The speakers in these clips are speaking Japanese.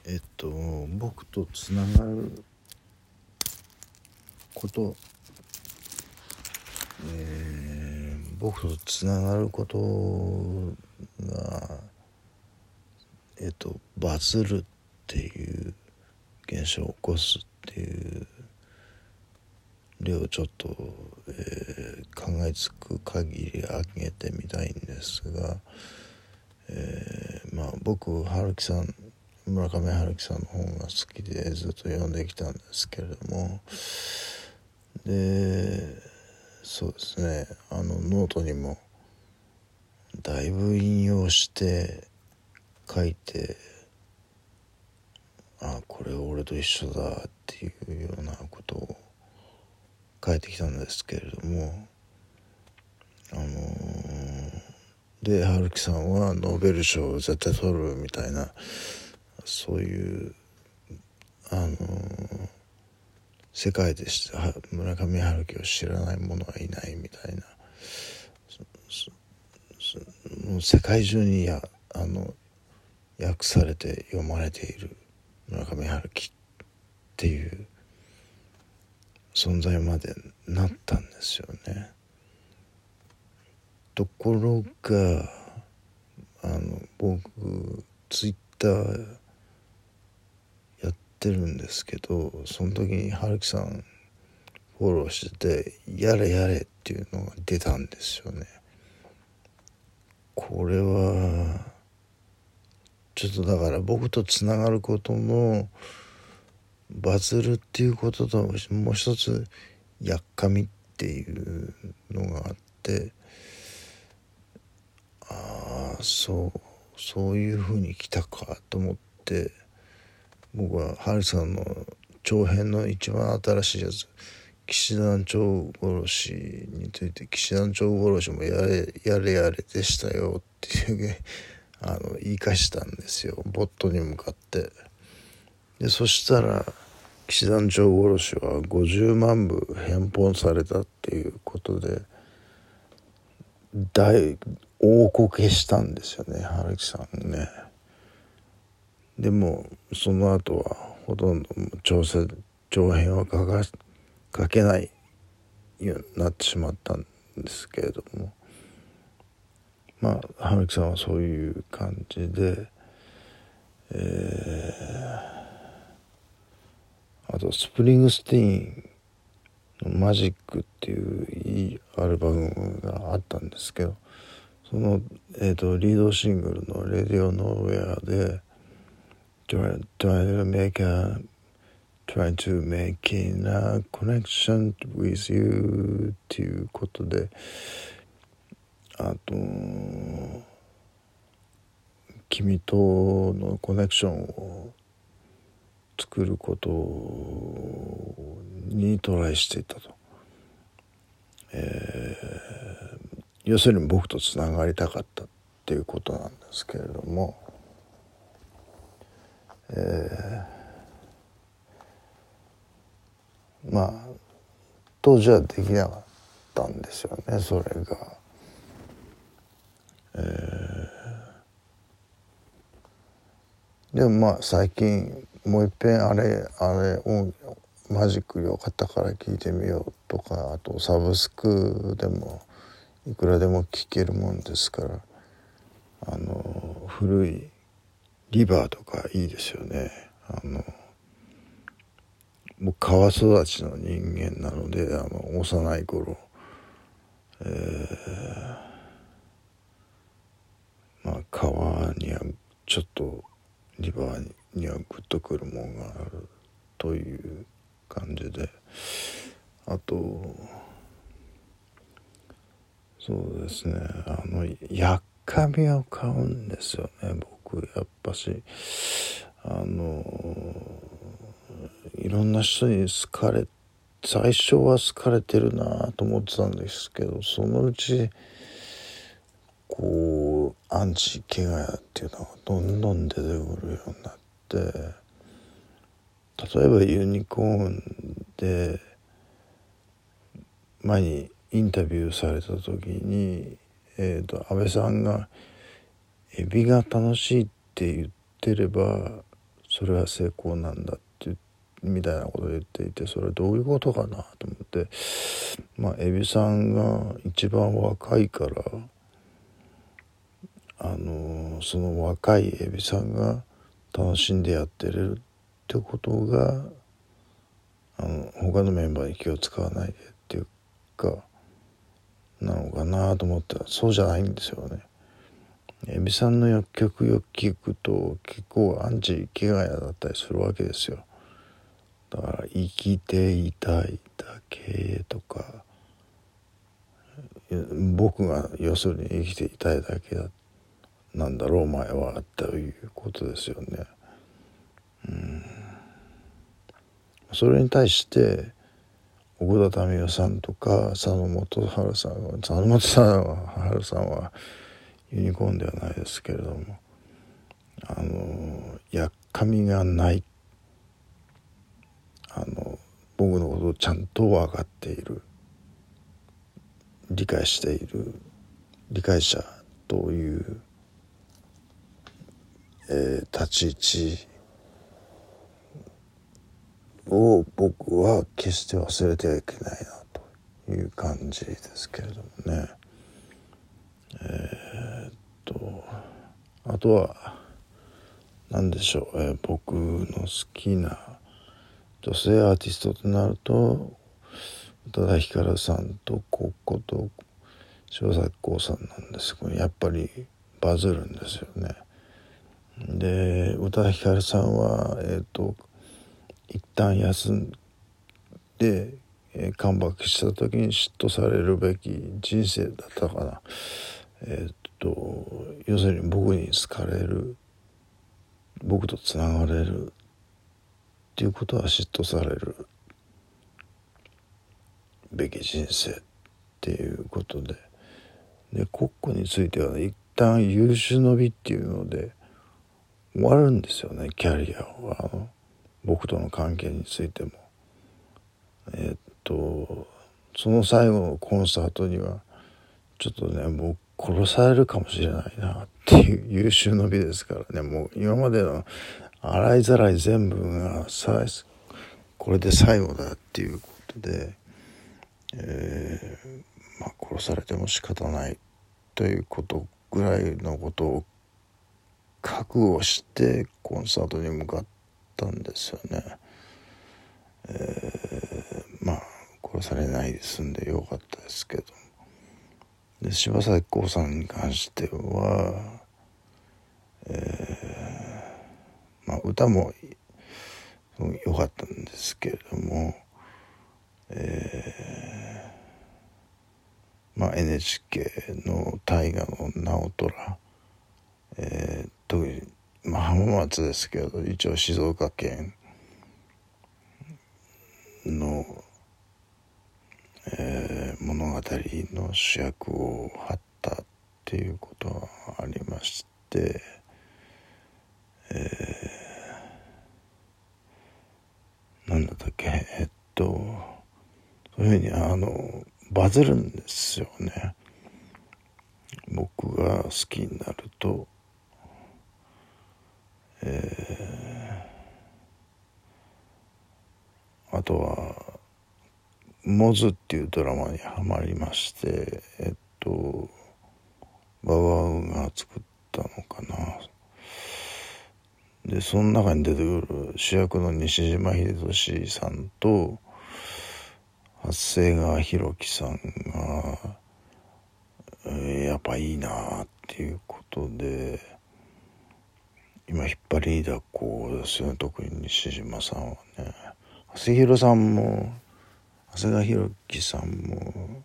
僕とつながること、僕とつながることがバズるっていう現象を起こすっていう例をちょっと、考えつく限り挙げてみたいんですが、僕村上春樹さんの本が好きでずっと読んできたんですけれども、でそうですね、ノートにもだいぶ引用して書いて、これ俺と一緒だっていうようなことを書いてきたんですけれども、で春樹さんはノーベル賞を絶対取るみたいな、そういう世界で村上春樹を知らない者はいないみたいな、世界中に訳されて読まれている村上春樹っていう存在までなったんですよね。ところが僕ツイッターやってるんですけど、その時に春樹さんフォローしててやれやれっていうのが出たんですよね。これはちょっとだから僕とつながることのバズるっていうことと、もう一つやっかみっていうのがあって、そういう風に来たかと思って、僕は春さんの長編の一番新しいやつ、騎士団長殺しについて、騎士団長殺しもやれやれでしたよっていう言い返したんですよ、ボットに向かって。でそしたら騎士団長殺しは50万部返本されたっていうことで大こけしたんですよね、春樹さんね。でもその後はほとんど長編は書けないようになってしまったんですけれども、春樹さんはそういう感じで、あとスプリングスティーンのマジックっていういいアルバムがあったんですけど、その、リードシングルのレディオノーウェアで try to making a connection with you っていうことで、あと君とのコネクションを作ることにトライしていたと、要するに僕とつながりたかったっていうことなんですけれども、当時はできなかったんですよね、それが。でも最近もう一遍あれをマジックよかったから聞いてみようとか、あとサブスクでもいくらでも聞けるもんですから、古いリバーとかいいですよね。もう川育ちの人間なので、幼い頃、川にはちょっとリバーにはグッとくるもんがあるという感じで、あとそうですね、やっかみを買うんですよね、僕やっぱし。いろんな人に最初は好かれてるなと思ってたんですけど、そのうちアンチ毛がっていうのがどんどん出てくるようになって、例えばユニコーンで前にインタビューされた時に、安倍さんがエビが楽しいって言ってればそれは成功なんだってみたいなことを言っていて、それはどういうことかなと思って、海老さんが一番若いから、その若い海老さんが楽しんでやってれるってことが他のメンバーに気を使わないでっていうかなのかなと思ったら、そうじゃないんですよね。海老さんの曲よく聞くと結構アンチ生きがやだったりするわけですよ。だから生きていたいだけとか、僕が要するに生きていたいだけなんだろうお前はということですよね。それに対して奥田民生さんとか佐野元春さんはユニコーンではないですけれども、やっかみがない、僕のことをちゃんと分かっている、理解している理解者という、立ち位置を僕は決して忘れてはいけないなという感じですけれどもね。あとは何でしょう、僕の好きな女性アーティストとなると宇多田ヒカルさんとコッコと柴咲コウさんなんですけど、やっぱりバズるんですよね。で宇多田ヒカルさんは一旦休んで、カムバックした時に嫉妬されるべき人生だったかな。要するに僕に好かれる、僕とつながれるっていうことは嫉妬されるべき人生っていうことで、コッコについては、一旦優秀の美っていうので終わるんですよね、キャリアは。僕との関係についてもその最後のコンサートにはちょっとね、もう殺されるかもしれないなっていう優秀の美ですからね。もう今までの洗いざらい全部がこれで最後だっていうことで、殺されても仕方ないということぐらいのことを覚悟してコンサートに向かったんですよね。殺されないで済んでよかったですけど、で柴咲コウさんに関しては、歌も良かったんですけれども、NHK の大河の直虎、特に、浜松ですけど、一応静岡県の、物語の主役を張ったっていうことがありまして、なんだったっけ、そういうふうにバズるんですよね。僕が好きになると、あとはモズっていうドラマにハマりまして、ババウが作ったのかな。でその中に出てくる主役の西島秀俊さんと長谷川博己さんが、やっぱいいなっていうことで、今引っ張りだこですよね。特に西島さんはね。長谷川博己さんも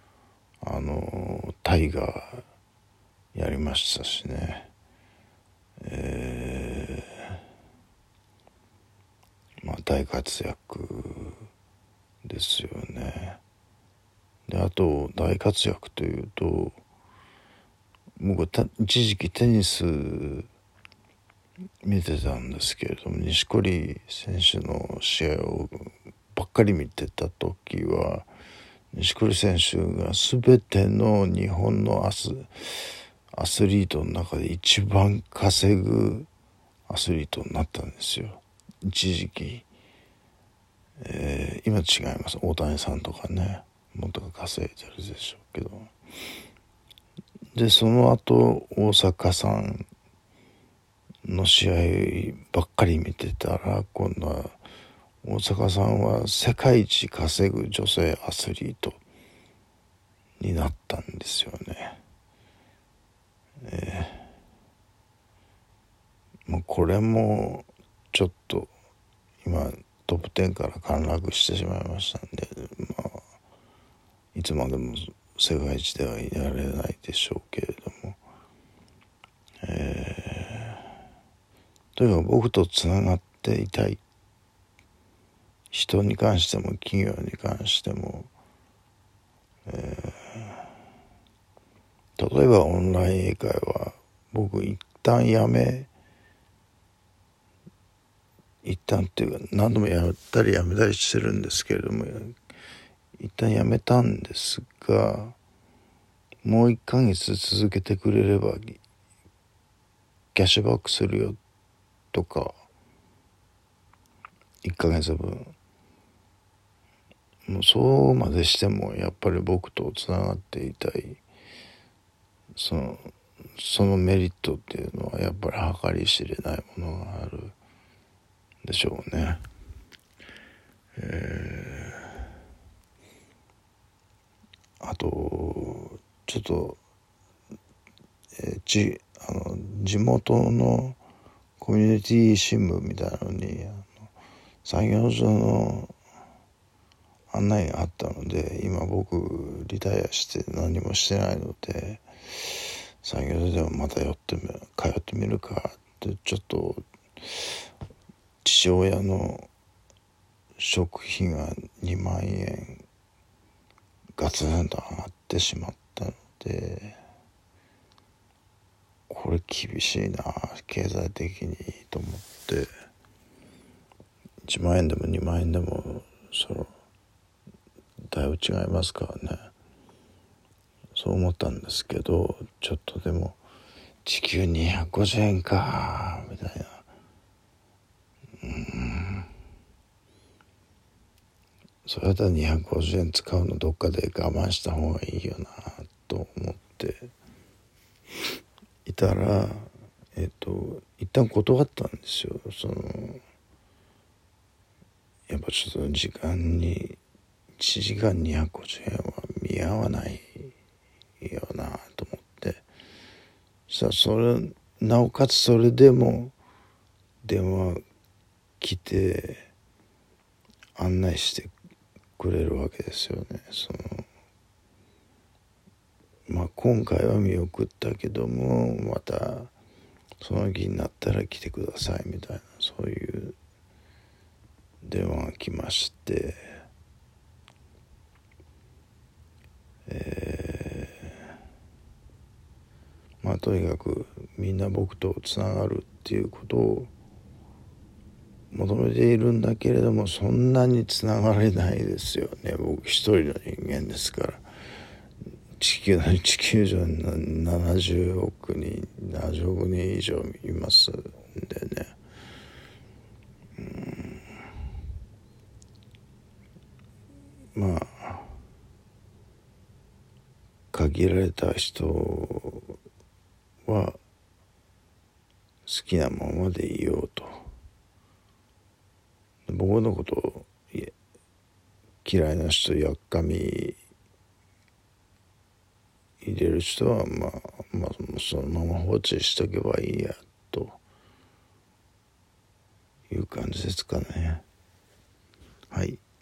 大河やりましたしね。大活躍ですよね。であと大活躍というと、僕一時期テニス見てたんですけれども、錦織選手の試合をばっかり見てた時は、錦織選手が全ての日本のアスリートの中で一番稼ぐアスリートになったんですよ。一時期、今違います。大谷さんとかね、もっと稼いでるでしょうけど。でその後大坂さんの試合ばっかり見てたら、今度は大坂さんは世界一稼ぐ女性アスリートになったんですよね。もうこれもちょっと今トップ10から陥落してしまいましたんで、いつまでも世界一ではいられないでしょうけれども、とにかく僕とつながっていたい人に関しても企業に関しても、例えばオンライン英会話、僕一旦っていうか何度もやったりやめたりしてるんですけれども、一旦やめたんですが、もう1ヶ月続けてくれればキャッシュバックするよとか、1ヶ月分もうそうまでしてもやっぱり僕とつながっていたい、そのメリットっていうのはやっぱり計り知れないものがあるでしょうね。あとちょっと、地元のコミュニティ新聞みたいなのに作業所の案内があったので、今僕リタイアして何もしてないので、作業所でもまた通ってみるかって、ちょっと父親の食費が2万円ガツンと上がってしまったので、これ厳しいな経済的にと思って、1万円でも2万円でもだいぶ違いますからね。そう思ったんですけど、ちょっとでも時給250円かみたいな、それだったら250円使うのどっかで我慢した方がいいよなと思っていたら、一旦断ったんですよ。やっぱちょっと時間に1時間250円は見合わないよなと思って、なおかつそれでも電話来て案内してくれるわけですよね。今回は見送ったけども、またその気になったら来てくださいみたいな、そういう電話が来まして、とにかくみんな僕とつながるっていうことを求めているんだけれども、そんなにつながれないですよね。僕一人の人間ですから。地球上に70億人以上いますんでね、限られた人は好きなままでいようと。僕のことを嫌いな人、やっかみ入れる人はそのまま放置しとけばいいやという感じですかね。はい。